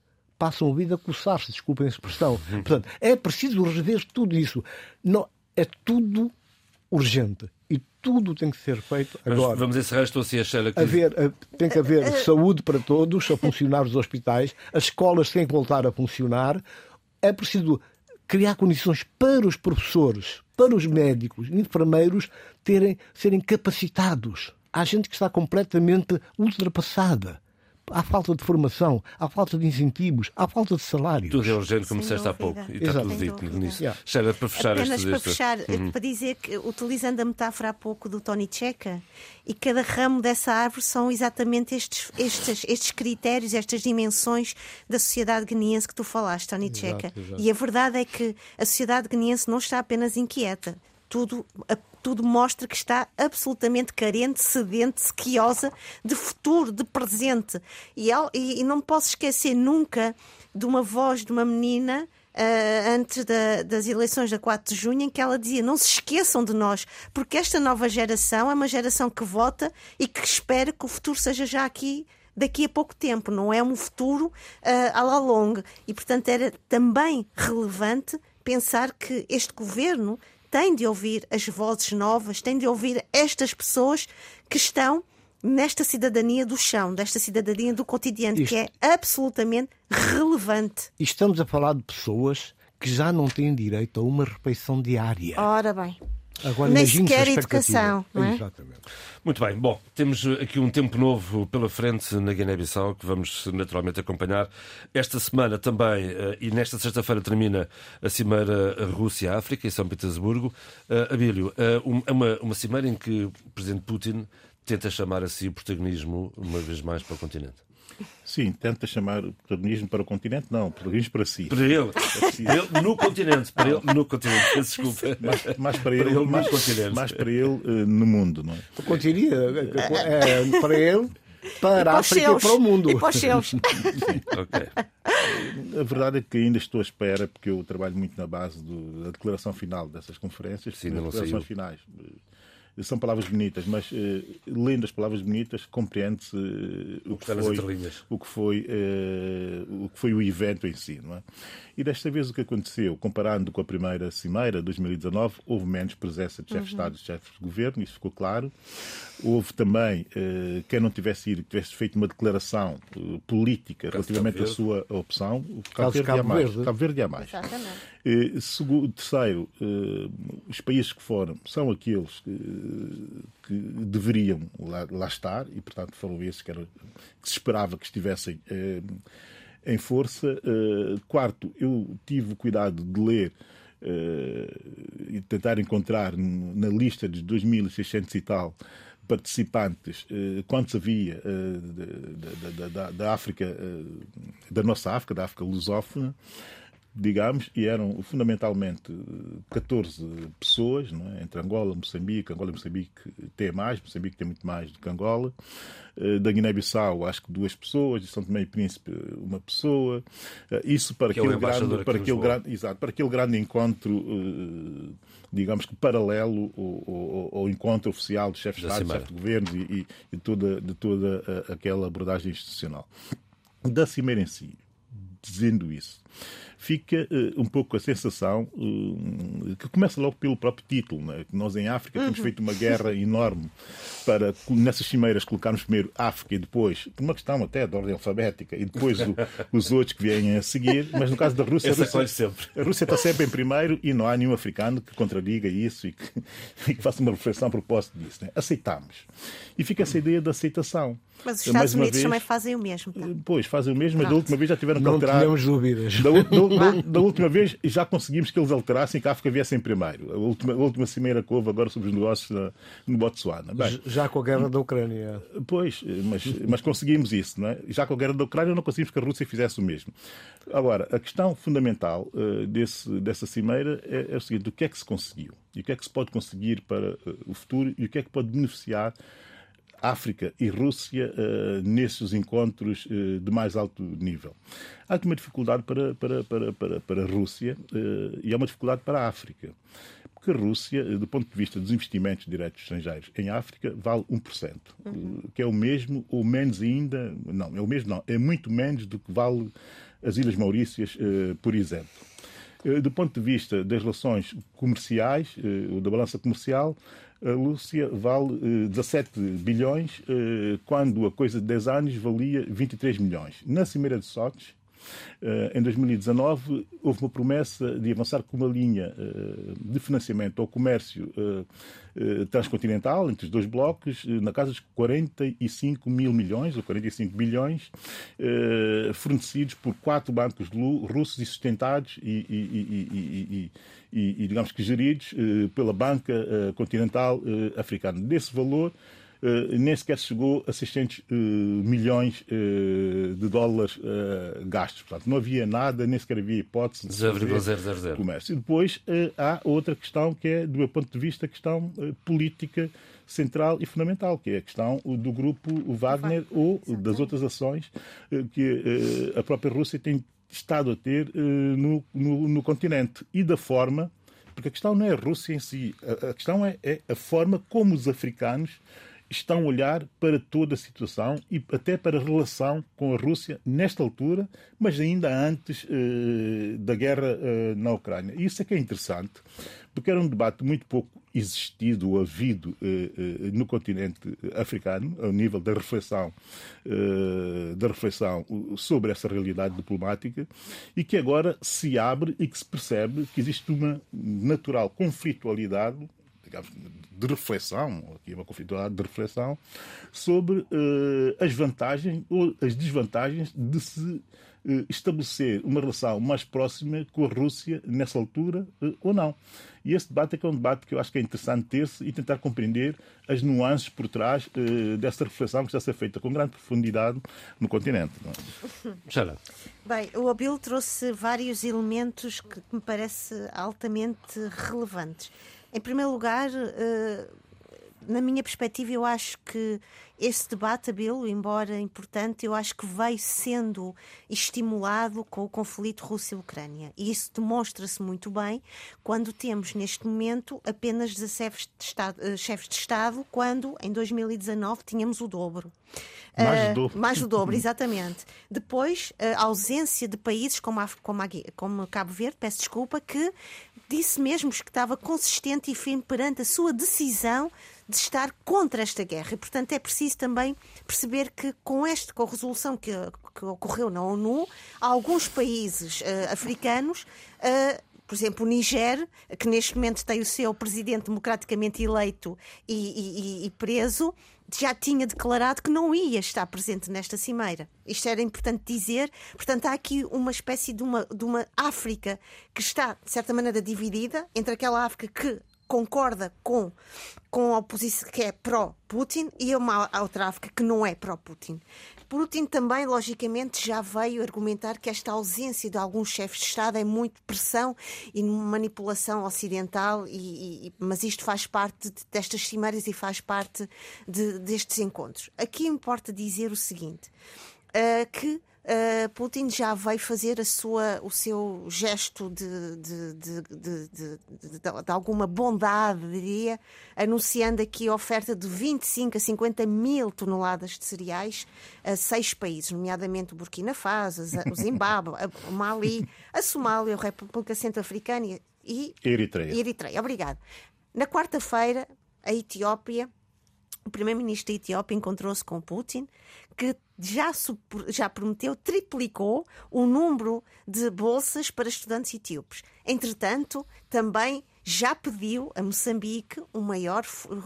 passam a vida a coçar-se, desculpem a expressão. Portanto, é preciso rever tudo isso. Não, é tudo urgente. E tudo tem que ser feito agora. Mas vamos encerrar, estou assim a achar aqui. Haver, tem que haver saúde para todos, a funcionar os hospitais, as escolas têm que voltar a funcionar. É preciso criar condições para os professores, para os médicos, enfermeiros terem, serem capacitados. Há gente que está completamente ultrapassada. Há falta de formação, há falta de incentivos, há falta de salários. Tudo é urgente, como Sem disseste há dúvida. pouco. E está Exato. tudo Sem dito dúvida. nisso. Yeah. Sheila, para fechar Apenas este... para este- fechar, Uhum. para dizer que, utilizando a metáfora há pouco do Tony Checa, e cada ramo dessa árvore são exatamente estes, estes, estes critérios, estas dimensões da sociedade guineense que tu falaste, Tony Exato, Checa. exato. E a verdade é que a sociedade guineense não está apenas inquieta. Tudo, a- tudo mostra que está absolutamente carente, sedente, sequiosa de futuro, de presente. E, al- e- e não posso esquecer nunca de uma voz de uma menina ah, antes da- das eleições da quatro de junho, em que ela dizia: não se esqueçam de nós, porque esta nova geração é uma geração que vota e que espera que o futuro seja já aqui daqui a pouco tempo, não é um futuro ah, à la longue. E, portanto, era também relevante pensar que este governo tem de ouvir as vozes novas, tem de ouvir estas pessoas que estão nesta cidadania do chão, desta cidadania do cotidiano, Isto- que é absolutamente relevante. E estamos a falar de pessoas que já não têm direito a uma refeição diária. Ora bem, Agora, nem imagine-se a sequer expectativa. educação, não é? Exatamente. Muito bem, bom, temos aqui um tempo novo pela frente na Guiné-Bissau que vamos naturalmente acompanhar. Esta semana também, eh, e nesta sexta-feira termina a Cimeira Rússia-África em São Petersburgo. Uh, Abílio, eh, um- é uma, uma cimeira em que o Presidente Putin tenta chamar a si o protagonismo uma vez mais para o continente. Sim, tenta chamar o protagonismo para o continente, não, o protagonismo para si. Para ele, para ele no continente, para ele no continente, peço desculpa. Mais, mais para Para ele, ele no mais, continente. mais para ele eh, no mundo, não é? Eu continuaria é, para ele, para a para os África e seus, para o mundo. e para os seus. Ok. A verdade é que ainda estou à espera, porque eu trabalho muito na base do- da declaração final dessas conferências. Sim, ainda não as declarações saiu. finais. eh, São palavras bonitas, mas eh, lendo as palavras bonitas compreende-se eh, o, O que que está nas foi, entrelinhas. o, que foi, eh, o que foi o evento em si. Não é? E desta vez o que aconteceu, comparando com a primeira cimeira, dois mil e dezanove, houve menos presença de chefes de Estado e chefes de governo, isso ficou claro. Houve também, eh, quem não tivesse ido, tivesse feito uma declaração eh, política Caso relativamente à Cabo sua opção, o Caso Cabo Verde Cabo há mais. Verde. Cabo Verde há mais. Exatamente. Eh, segundo, terceiro, eh, os países que foram são aqueles que, que deveriam lá, lá estar e, portanto, foram esses que, era, que se esperava que estivessem eh, em força. Eh, quarto, eu tive o cuidado de ler eh, e tentar encontrar na lista de dois mil e seiscentos e tal participantes, eh, quantos havia eh, da, da, da, da África, eh, da nossa África, da África lusófona, digamos, e eram fundamentalmente catorze pessoas, não é? Entre Angola, Moçambique. Angola e Moçambique tem mais, Moçambique tem muito mais do que Angola. Da Guiné-Bissau, acho que duas pessoas, de São Tomé e Príncipe, uma pessoa. Isso para Que é o aquele embaixador grande, aqui para em aquele Lisboa. grande, exato, para aquele grande encontro, digamos que paralelo ao, ao, ao encontro oficial de chefes de Da Estado, Cimeira. chefes de governos e, e, e toda, de toda a- aquela abordagem institucional. Da Cimeira em si, dizendo isso, fica uh, um pouco a sensação uh, que começa logo pelo próprio título, né? Que nós em África temos feito uma guerra enorme para, nessas cimeiras, colocarmos primeiro África e depois, por uma questão até de ordem alfabética, e depois o, os outros que vêm a seguir, mas no caso da Rússia, a Esse Rússia, acolhe sempre. a Rússia está sempre em primeiro e não há nenhum africano que contradiga isso e que, e que faça uma reflexão a propósito disso. Né? Aceitamos. E fica essa ideia da aceitação. Mas os Mais Estados uma Unidos vez, também fazem o mesmo. Tá? Pois, fazem o mesmo, mas da Pronto. última vez já tiveram que Não alterar. tenhamos dúvidas. Da, u- da- da- da última vez já conseguimos que eles alterassem que a África viesse em primeiro. A última, a última cimeira que houve agora sobre os negócios na, no Botsuana. Bem, Já com a guerra da Ucrânia. pois, mas, mas conseguimos isso, não é? Já com a guerra da Ucrânia não conseguimos que a Rússia fizesse o mesmo. Agora, a questão fundamental uh, desse, dessa cimeira é, é o seguinte: o que é que se conseguiu? E o que é que se pode conseguir para uh, o futuro e o que é que pode beneficiar África e Rússia uh, nesses encontros uh, de mais alto nível? Há aqui uma dificuldade para, para, para, para, para a Rússia uh, e há uma dificuldade para a África. Porque a Rússia, uh, do ponto de vista dos investimentos diretos estrangeiros em África, vale um por cento, uh, que é o mesmo ou menos ainda, não, é o mesmo não, é muito menos do que vale as Ilhas Maurícias, por exemplo. Do ponto de vista das relações comerciais, da balança comercial, a Rússia vale dezassete bilhões, quando a coisa de dez anos valia vinte e três milhões. Na Cimeira de Sochi, em dois mil e dezanove, houve uma promessa de avançar com uma linha de financiamento ao comércio transcontinental entre os dois blocos, na casa dos quarenta e cinco mil milhões, ou quarenta e cinco bilhões, fornecidos por quatro bancos russos e sustentados e, e, e, e, e, e digamos que geridos pela Banca Continental Africana. Desse valor, Uh, nem sequer chegou a seiscentos uh, milhões uh, de dólares uh, gastos. Portanto, não havia nada, nem sequer havia hipótese de zero vírgula zero zero zero comércio. E depois uh, há outra questão que é, do meu ponto de vista, a questão uh, política central e fundamental, que é a questão do grupo Wagner ou das outras ações uh, que uh, a própria Rússia tem estado a ter uh, no, no, no continente. E da forma, porque a questão não é a Rússia em si, a, a questão é, é a forma como os africanos estão a olhar para toda a situação e até para a relação com a Rússia nesta altura, mas ainda antes eh, da guerra eh, na Ucrânia. E isso é que é interessante, porque era um debate muito pouco existido ou havido eh, eh, no continente africano, ao nível da reflexão, eh, da reflexão sobre essa realidade diplomática, e que agora se abre e que se percebe que existe uma natural conflitualidade, digamos, de reflexão, aqui uma conflitualidade de reflexão, sobre uh, as vantagens ou as desvantagens de se uh, estabelecer uma relação mais próxima com a Rússia nessa altura uh, ou não. E esse debate é que é um debate que eu acho que é interessante ter-se e tentar compreender as nuances por trás uh, dessa reflexão que está a ser feita com grande profundidade no continente. Sara. Bem, o Abílio trouxe vários elementos que me parecem altamente relevantes. Em primeiro lugar, na minha perspectiva, eu acho que esse debate, Abílio, embora importante, eu acho que veio sendo estimulado com o conflito Rússia-Ucrânia. E isso demonstra-se muito bem quando temos, neste momento, apenas dezassete de Estado, chefes de Estado, quando, em dois mil e dezanove, tínhamos o dobro. Mais do dobro. Uh, mais do dobro, exatamente. Depois, a ausência de países como, a, como, a, como Cabo Verde, peço desculpa, que disse mesmo que estava consistente e firme perante a sua decisão de estar contra esta guerra. E, portanto, é preciso também perceber que com, este, com a resolução que, que ocorreu na ONU, alguns países uh, africanos, uh, por exemplo, o Niger, que neste momento tem o seu presidente democraticamente eleito e, e, e preso, já tinha declarado que não ia estar presente nesta cimeira. Isto era importante dizer. Portanto, há aqui uma espécie de uma, de uma África que está, de certa maneira, dividida entre aquela África que concorda com, com a oposição que é pró-Putin e uma outra África que não é pró-Putin. Putin também, logicamente, já veio argumentar que esta ausência de alguns chefes de Estado é muito pressão e manipulação ocidental, e, e, mas isto faz parte de, destas cimeiras e faz parte de, destes encontros. Aqui importa dizer o seguinte, uh, que Uh, Putin já veio fazer a sua, o seu gesto de, de, de, de, de, de, de alguma bondade, diria, anunciando aqui a oferta de vinte e cinco a cinquenta mil toneladas de cereais a seis países, nomeadamente o Burkina Faso, o Zimbábue, o Mali, a Somália, a República Centro-Africana e Eritreia. Eritreia. Obrigado. Na quarta-feira, a Etiópia, o primeiro-ministro da Etiópia encontrou-se com Putin, que já, já prometeu, triplicou o número de bolsas para estudantes etíopes. Entretanto, também já pediu a Moçambique um maior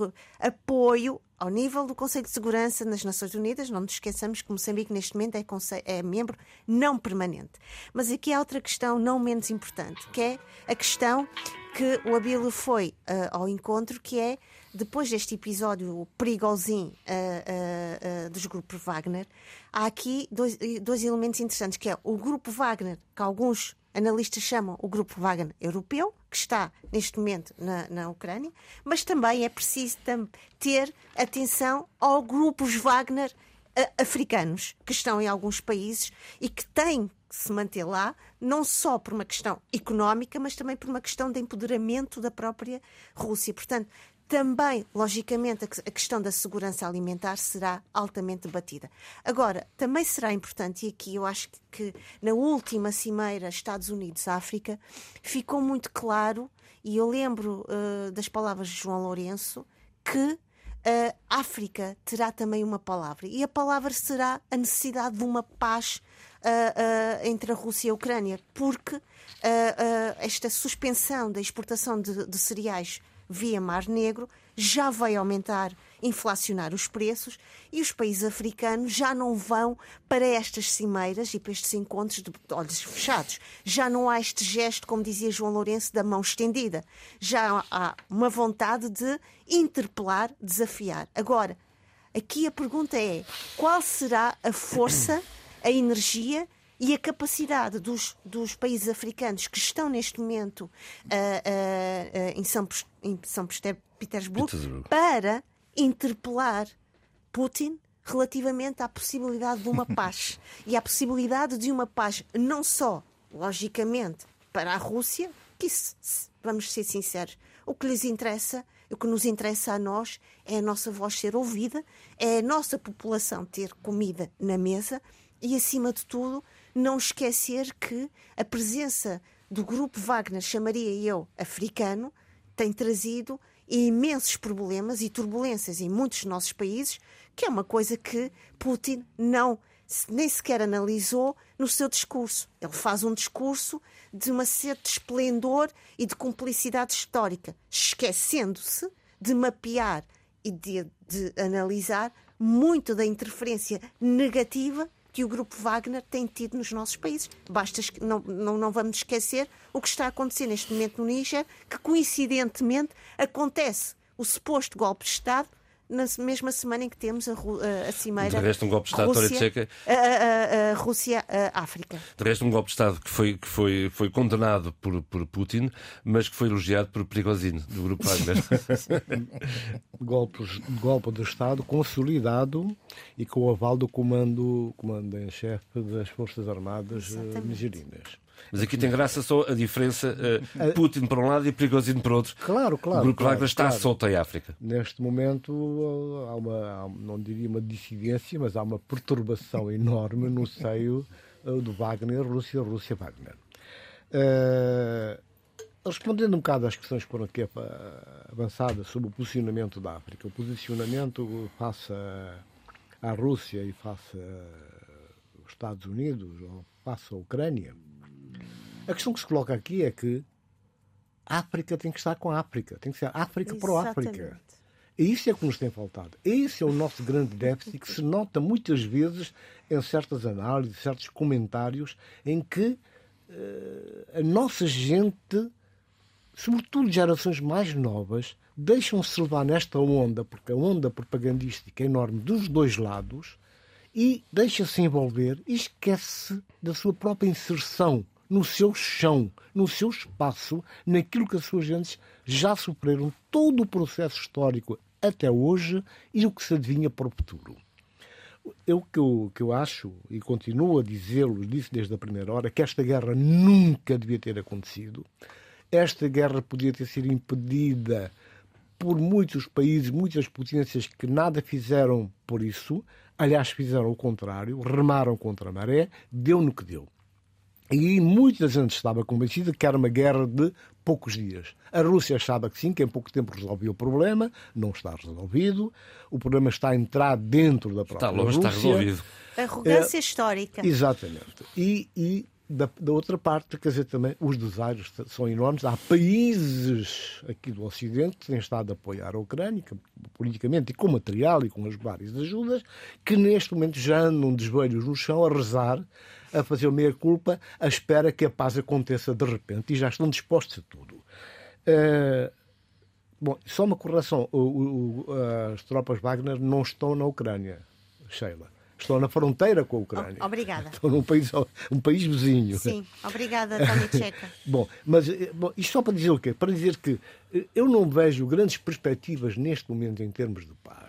apoio ao nível do Conselho de Segurança nas Nações Unidas. Não nos esqueçamos que Moçambique, neste momento, é, é membro não permanente. Mas aqui há outra questão não menos importante, que é a questão que o Abílio foi uh, ao encontro, que é, depois deste episódio perigosinho uh, uh, uh, dos grupos Wagner, há aqui dois, dois elementos interessantes, que é o grupo Wagner, que alguns analistas chamam o grupo Wagner europeu, que está neste momento na, na Ucrânia, mas também é preciso tam- ter atenção aos grupos Wagner uh, africanos, que estão em alguns países e que têm que se manter lá, não só por uma questão económica, mas também por uma questão de empoderamento da própria Rússia. Portanto, Também, logicamente, a questão da segurança alimentar será altamente debatida. Agora, também será importante, e aqui eu acho que na última cimeira Estados Unidos-África ficou muito claro, e eu lembro uh, das palavras de João Lourenço, que a África terá também uma palavra. E a palavra será a necessidade de uma paz uh, uh, entre a Rússia e a Ucrânia, porque uh, uh, esta suspensão da exportação de, de cereais via Mar Negro já vai aumentar, inflacionar os preços, e os países africanos já não vão para estas cimeiras e para estes encontros de olhos fechados. Já não há este gesto, como dizia João Lourenço, da mão estendida. Já há uma vontade de interpelar, desafiar. Agora, aqui a pergunta é: qual será a força, a energia e a capacidade dos, dos países africanos que estão neste momento uh, uh, uh, em São, em São Petersburgo para interpelar Putin relativamente à possibilidade de uma paz e à possibilidade de uma paz não só, logicamente, para a Rússia, que isso, vamos ser sinceros, o que lhes interessa, o que nos interessa a nós é a nossa voz ser ouvida, é a nossa população ter comida na mesa e, acima de tudo, não esquecer que a presença do grupo Wagner, chamaria eu africano, tem trazido imensos problemas e turbulências em muitos dos nossos países, que é uma coisa que Putin não, nem sequer analisou no seu discurso. Ele faz um discurso de uma sede de esplendor e de cumplicidade histórica, esquecendo-se de mapear e de, de analisar muito da interferência negativa que o grupo Wagner tem tido nos nossos países. Basta, não, não, não vamos esquecer o que está a acontecer neste momento no Níger, que coincidentemente acontece o suposto golpe de Estado na mesma semana em que temos a, a, a cimeira. De resto, um golpe de Estado, Rússia, Tcheca. A, a, a Rússia, a África. De resto, um golpe de Estado que foi, que foi, foi condenado por, por Putin, mas que foi elogiado por Prigozhin, do grupo Wagner. Golpes, golpe de Estado consolidado e com o aval do comando, comando em chefe das Forças Armadas nigerinas. Mas aqui tem graça só a diferença uh, Putin para um lado e Prigozhin para o outro. Claro, claro. O grupo claro, Wagner está claro. solto em África. Neste momento há uma, há, não diria uma dissidência, mas há uma perturbação enorme no seio uh, do Wagner, Rússia, Rússia, Wagner. Uh, respondendo um bocado às questões que foram aqui avançadas sobre o posicionamento da África, o posicionamento face à Rússia e face aos Estados Unidos, ou face à Ucrânia, a questão que se coloca aqui é que a África tem que estar com a África, tem que ser África para a África. E isso é que nos tem faltado. Esse é o nosso grande déficit que se nota muitas vezes em certas análises, certos comentários, em que uh, a nossa gente, sobretudo gerações mais novas, deixam-se levar nesta onda, porque a onda propagandística é enorme dos dois lados, e deixa-se envolver e esquece da sua própria inserção no seu chão, no seu espaço, naquilo que as suas gentes já sofreram, todo o processo histórico até hoje e o que se adivinha para o futuro. Eu que eu, que eu acho, e continuo a dizê-lo, disse desde a primeira hora, que esta guerra nunca devia ter acontecido. Esta guerra podia ter sido impedida por muitos países, muitas potências que nada fizeram por isso. Aliás, fizeram o contrário, remaram contra a maré, deu no que deu. E muita gente estava convencida que era uma guerra de poucos dias. A Rússia achava que sim, que em pouco tempo resolvia o problema. Não está resolvido. O problema está a entrar dentro da própria está longe, Rússia. Está resolvido. Arrogância é, histórica. Exatamente. E, e da, da outra parte, quer dizer, também os desaires são enormes. Há países aqui do Ocidente que têm estado a apoiar a Ucrânia, politicamente e com material e com as várias ajudas, que neste momento já andam de joelhos no chão a rezar, a fazer meia-culpa, à espera que a paz aconteça de repente, e já estão dispostos a tudo. Uh, bom, só uma correção. O, o, as tropas Wagner não estão na Ucrânia, Sheila. Estão na fronteira com a Ucrânia. Obrigada. Estão num país, um país vizinho. Sim, obrigada, Tony Tcheca. Bom, mas bom, isto só para dizer o quê? Para dizer que eu não vejo grandes perspectivas neste momento em termos de paz.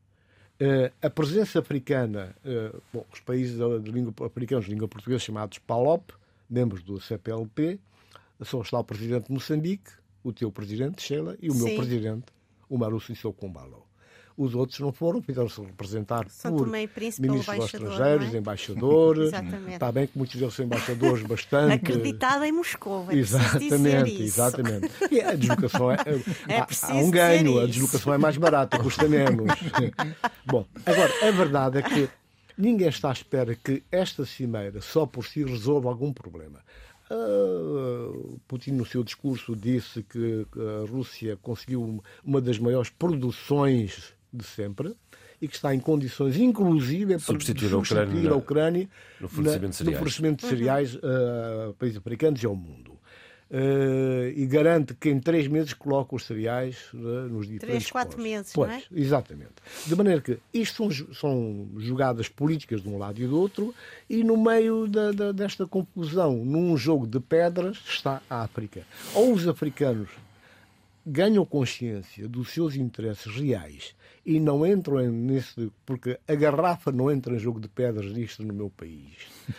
Uh, a presença africana, uh, bom, os países de língua, africanos de língua portuguesa chamados PALOP, membros do C P L P, só está o presidente de Moçambique, o teu presidente, Sheila, e o Sim. meu presidente, o Marusso e Socumbalo. Os outros não foram, fizeram-se representar São por também príncipe, ministros dos embaixador, estrangeiros, não é? embaixadores. Exatamente. Está bem que muitos deles são embaixadores bastante... Acreditado em Moscou, é preciso Exatamente, dizer isso. exatamente. E a deslocação é... É há, preciso há um ganho, dizer a deslocação é mais barata, custa menos. Bom, agora, a verdade é que ninguém está à espera que esta cimeira, só por si, resolva algum problema. Uh, Putin, no seu discurso, disse que a Rússia conseguiu uma das maiores produções de sempre e que está em condições, inclusive, para substituir, substituir a Ucrânia, a Ucrânia no fornecimento de cereais, no fornecimento de cereais uh, a países africanos e ao mundo. Uh, e garante que em três meses coloca os cereais uh, nos diferentes Três, quatro postos. meses, Pois, não é? Exatamente. De maneira que isto são, são jogadas políticas de um lado e do outro, e no meio da, da, desta confusão, num jogo de pedras, está a África. Ou os africanos ganham consciência dos seus interesses reais e não entram nesse... Porque a garrafa não entra em jogo de pedras disto no meu país.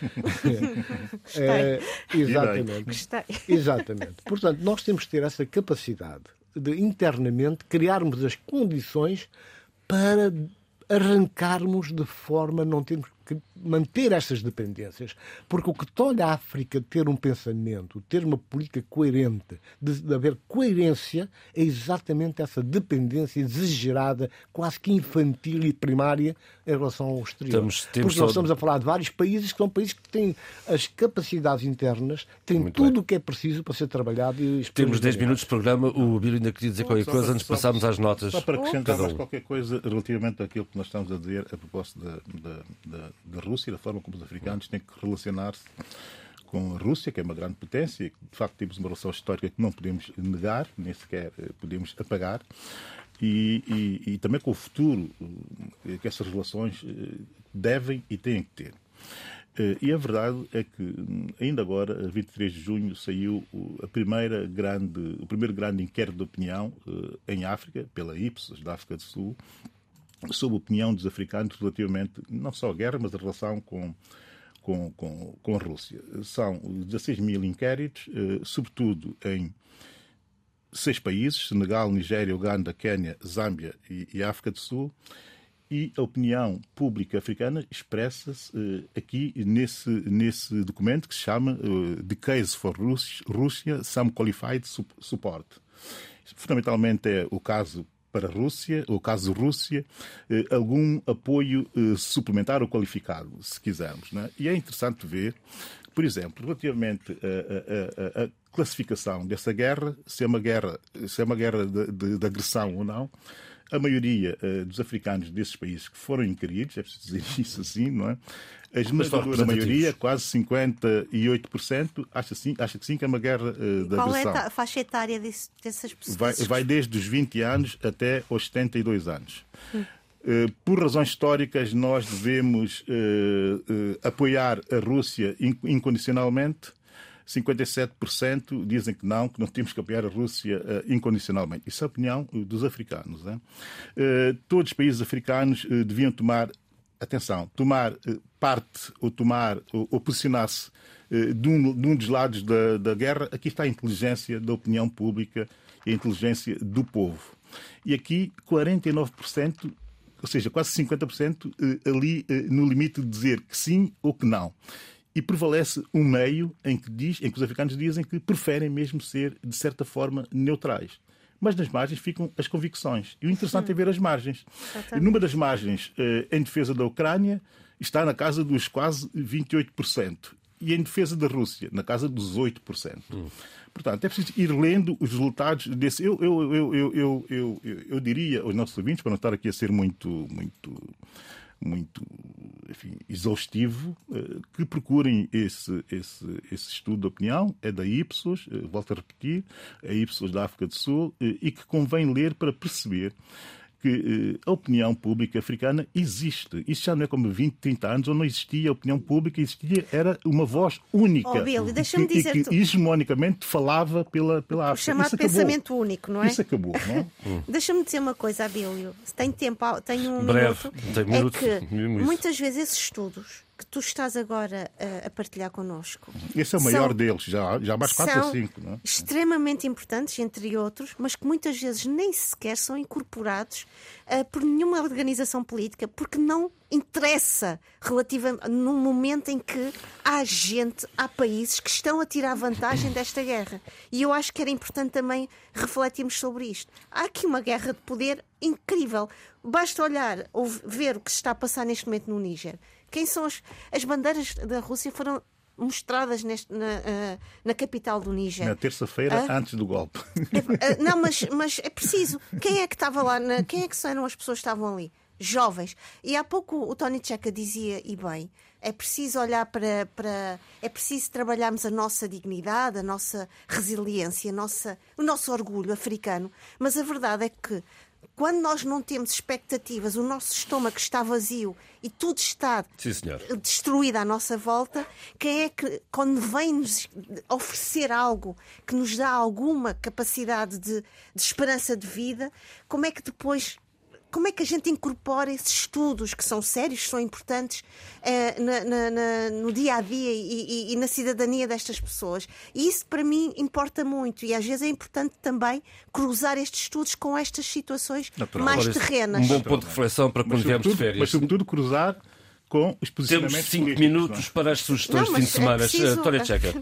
é, exatamente. Gostei. Exatamente. Portanto, nós temos que ter essa capacidade de internamente criarmos as condições para arrancarmos de forma a não termos que manter estas dependências. Porque o que tolhe a África ter um pensamento, ter uma política coerente, de, de haver coerência, é exatamente essa dependência exagerada, quase que infantil e primária em relação ao exterior. Estamos, temos Porque nós só... estamos a falar de vários países que são países que têm as capacidades internas, têm Muito tudo bem. o que é preciso para ser trabalhado. E Temos dez minutos de programa. O Bílio ainda queria dizer qualquer Só coisa para- antes de só- passarmos às notas. Só para acrescentar Cada mais um. qualquer coisa relativamente àquilo que nós estamos a dizer a propósito da, da, da, da Rússia, da forma como os africanos têm que relacionar-se com a Rússia, que é uma grande potência, e de facto temos uma relação histórica que não podemos negar, nem sequer podemos apagar, e, e, e também com o futuro que essas relações devem e têm que ter. E a verdade é que, ainda agora, a vinte e três de junho, saiu a primeira grande, o primeiro grande inquérito de opinião em África, pela Ipsos, da África do Sul, sobre a opinião dos africanos relativamente, não só à guerra, mas a relação com, com, com, com a Rússia. São dezasseis mil inquéritos, sobretudo em seis países, Senegal, Nigéria, Uganda, Quénia, Zâmbia e, e África do Sul. E a opinião pública africana expressa-se uh, aqui nesse, nesse documento que se chama uh, The Case for Russia, Some Qualified Support. Fundamentalmente é o caso para a Rússia, o caso Rússia, uh, algum apoio uh, suplementar ou qualificado, se quisermos. Não é? E é interessante ver, por exemplo, relativamente à, à, à classificação dessa guerra, se é uma guerra, se é uma guerra de, de, de agressão ou não. A maioria uh, dos africanos desses países que foram inquiridos, é preciso dizer isso assim, não é? A esmagadora maioria, quase cinquenta e oito por cento, acha, sim, acha que sim, que é uma guerra uh, de Qual agressão. Qual é a faixa etária desse, dessas pessoas? Vai, vai desde os vinte anos até aos setenta e dois anos. Hum. Uh, por razões históricas, nós devemos uh, uh, apoiar a Rússia incondicionalmente. cinquenta e sete por cento dizem que não, que não temos que apoiar a Rússia uh, incondicionalmente. Isso é a opinião uh, dos africanos. Hein? Uh, todos os países africanos uh, deviam tomar, atenção, tomar uh, parte ou tomar ou, ou posicionar-se uh, de, um, de um dos lados da, da guerra. Aqui está a inteligência da opinião pública e a inteligência do povo. E aqui quarenta e nove por cento, ou seja, quase cinquenta por cento uh, ali uh, no limite de dizer que sim ou que não. E prevalece um meio em que, diz, em que os africanos dizem que preferem mesmo ser, de certa forma, neutrais. Mas nas margens ficam as convicções. E o interessante é ver as margens. O número das margens eh, em defesa da Ucrânia está na casa dos quase vinte e oito por cento. E em defesa da Rússia, na casa dos oito por cento. Hum. Portanto, é preciso ir lendo os resultados desse... Eu, eu, eu, eu, eu, eu, eu, eu diria aos nossos ouvintes, para não estar aqui a ser muito... muito muito enfim, exaustivo, que procurem esse, esse, esse estudo de opinião, é da Ipsos, volto a repetir, é a Ipsos da África do Sul, e que convém ler para perceber que a opinião pública africana existe. Isso já não é como vinte, trinta anos, onde não existia a opinião pública, existia, era uma voz única. Oh, Bill, deixa-me que, dizer e que hegemonicamente falava pela, pela África. O chamado Isso acabou. pensamento único, não é? Isso acabou, não é? Deixa-me dizer uma coisa, Abílio. Se tem tempo, tenho um Breve, minuto. tem um minuto. É que Mesmo isso. muitas vezes esses estudos que tu estás agora a, a partilhar connosco. Esse é o maior são, deles, já, já há mais quatro ou cinco. Não é? Extremamente importantes, entre outros, mas que muitas vezes nem sequer são incorporados uh, por nenhuma organização política, porque não interessa relativamente num momento em que há gente, há países que estão a tirar vantagem desta guerra. E eu acho que era importante também refletirmos sobre isto. Há aqui uma guerra de poder incrível. Basta olhar ou ver o que se está a passar neste momento no Níger. Quem são as, as bandeiras da Rússia foram mostradas neste, na, uh, na capital do Níger. Na terça-feira, ah? antes do golpe. É, uh, não, mas, mas é preciso. Quem é que estava lá? Na, quem é que eram as pessoas que estavam ali? Jovens. E há pouco o Tony Checa dizia, e bem, é preciso olhar para, para... É preciso trabalharmos a nossa dignidade, a nossa resiliência, a nossa, o nosso orgulho africano. Mas a verdade é que quando nós não temos expectativas, o nosso estômago está vazio e tudo está Sim, senhor. destruído à nossa volta, quem é que, quando vem-nos oferecer algo que nos dá alguma capacidade de, de esperança de vida, como é que depois... Como é que a gente incorpora esses estudos que são sérios, que são importantes eh, na, na, na, no dia-a-dia e, e, e na cidadania destas pessoas? E isso, para mim, importa muito. E às vezes é importante também cruzar estes estudos com estas situações Natural. mais Ora, terrenas. Um bom ponto de reflexão para quando viemos de férias. Mas, sobretudo, cruzar com os posicionamentos Temos cinco minutos não? para as sugestões não, de fim de semana. É preciso... Tony Checa.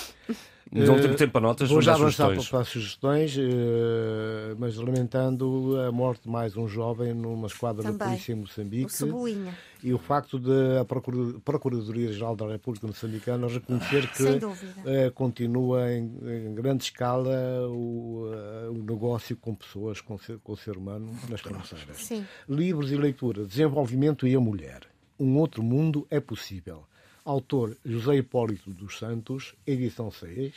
Não temos tempo para notas, Vou já avançar sugestões. para as sugestões, mas lamentando a morte de mais um jovem numa esquadra Também. da polícia em O Moçambique. Cebolinha. E o facto de a Procuradoria-Geral da República Moçambicana reconhecer que uh, continua em, em grande escala o, uh, o negócio com pessoas, com, ser, com o ser humano nas fronteiras. Sim. Livros e leitura, desenvolvimento e a mulher. Um outro mundo é possível. Autor José Hipólito dos Santos, edição seis.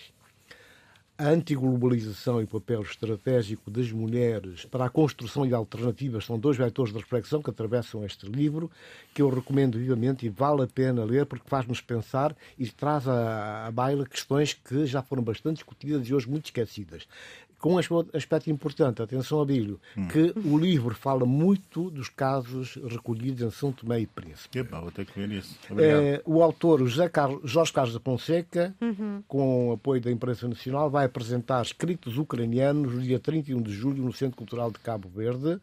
A antiglobalização e o papel estratégico das mulheres para a construção de alternativas são dois vetores de reflexão que atravessam este livro, que eu recomendo vivamente e vale a pena ler porque faz-nos pensar e traz à baila questões que já foram bastante discutidas e hoje muito esquecidas. Com um aspecto importante, atenção a Bílio, hum. que o livro fala muito dos casos recolhidos em São Tomé e Príncipe. Epa, vou ter que ver isso. É, o autor José Carlos, Jorge Carlos da Fonseca, uhum. com o apoio da imprensa nacional, vai apresentar Escritos Ucranianos no dia trinta e um de julho no Centro Cultural de Cabo Verde,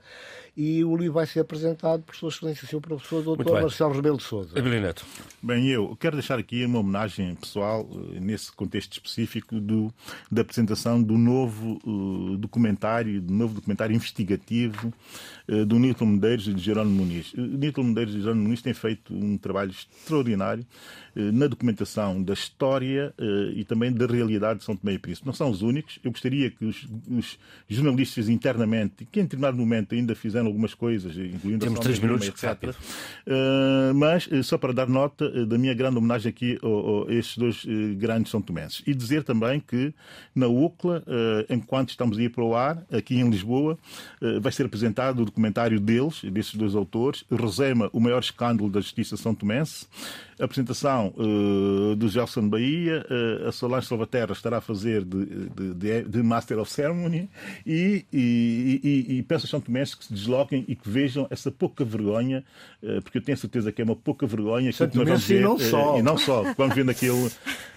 e o livro vai ser apresentado por Sua Excelência, o seu professor, doutor Marcelo Rebelo de Sousa. Abilio Neto. Bem, eu quero deixar aqui uma homenagem pessoal, nesse contexto específico, do, da apresentação do novo documentário, do novo documentário investigativo uh, do Nilton Medeiros e de Jerónimo Muniz. O Nilton Medeiros e Jerónimo Muniz têm feito um trabalho extraordinário uh, na documentação da história uh, e também da realidade de São Tomé e Príncipe. Não são os únicos. Eu gostaria que os, os jornalistas internamente, que em determinado momento ainda fizeram algumas coisas, incluindo Temos três minutos, etcétera. Uh, mas uh, só para dar nota uh, da minha grande homenagem aqui a, a estes dois uh, grandes são tomenses. E dizer também que na U C L A, uh, enquanto estamos a ir para o ar, aqui em Lisboa, vai ser apresentado o documentário deles, desses dois autores, Rosema, o maior escândalo da justiça são tomense. A apresentação uh, do Gelson Bahia, uh, a Solange Salvaterra estará a fazer de, de, de, de Master of Ceremony e, e, e, e peço aos são tomenses que se desloquem e que vejam essa pouca vergonha, uh, porque eu tenho certeza que é uma pouca vergonha que nós vamos ver, e não só, uh, e não só vamos ver naquele,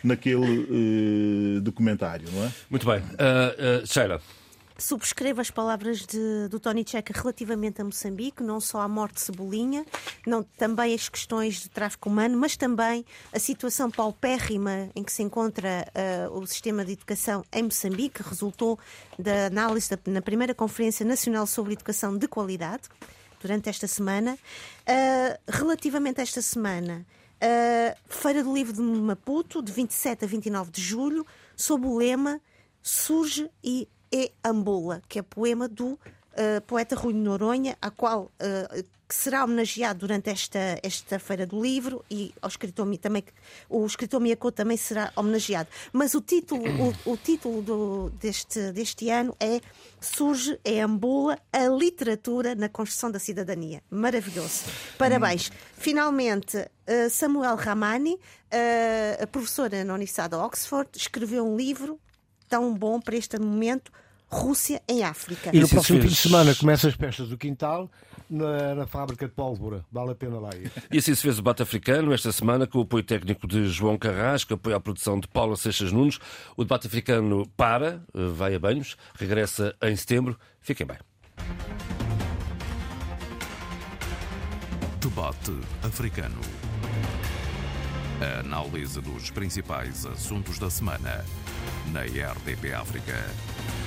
naquele uh, documentário, não é? Muito bem. Uh, uh, Sheila. Subscrevo as palavras de, do Tony Checa relativamente a Moçambique, não só a morte de Cebolinha, não, também as questões de tráfico humano, mas também a situação paupérrima em que se encontra uh, o sistema de educação em Moçambique, que resultou da análise da, na primeira Conferência Nacional sobre Educação de Qualidade, durante esta semana. Uh, relativamente a esta semana, uh, Feira do Livro de Maputo, de vinte e sete a vinte e nove de julho, sob o lema Surge e é Ambula, que é poema do uh, poeta Rui Noronha, a qual uh, que será homenageado durante esta, esta Feira do Livro, e ao escritor, também, o escritor Miacô também será homenageado. Mas o título, o, o título do, deste, deste ano é Surge, é Ambula, a literatura na construção da cidadania. Maravilhoso. Parabéns. Finalmente, uh, Samuel Ramani, uh, a professora na Universidade de Oxford, escreveu um livro tão bom para este momento, Rússia em África. E no Isso próximo fez- fim de semana começa as festas do quintal na, na fábrica de pólvora. Vale a pena lá ir. E assim se fez o debate africano esta semana com o apoio técnico de João Carrasco, apoio à produção de Paula Seixas Nunes. O debate africano para, vai a banhos, regressa em setembro. Fiquem bem. Debate africano. A análise dos principais assuntos da semana na R D P África.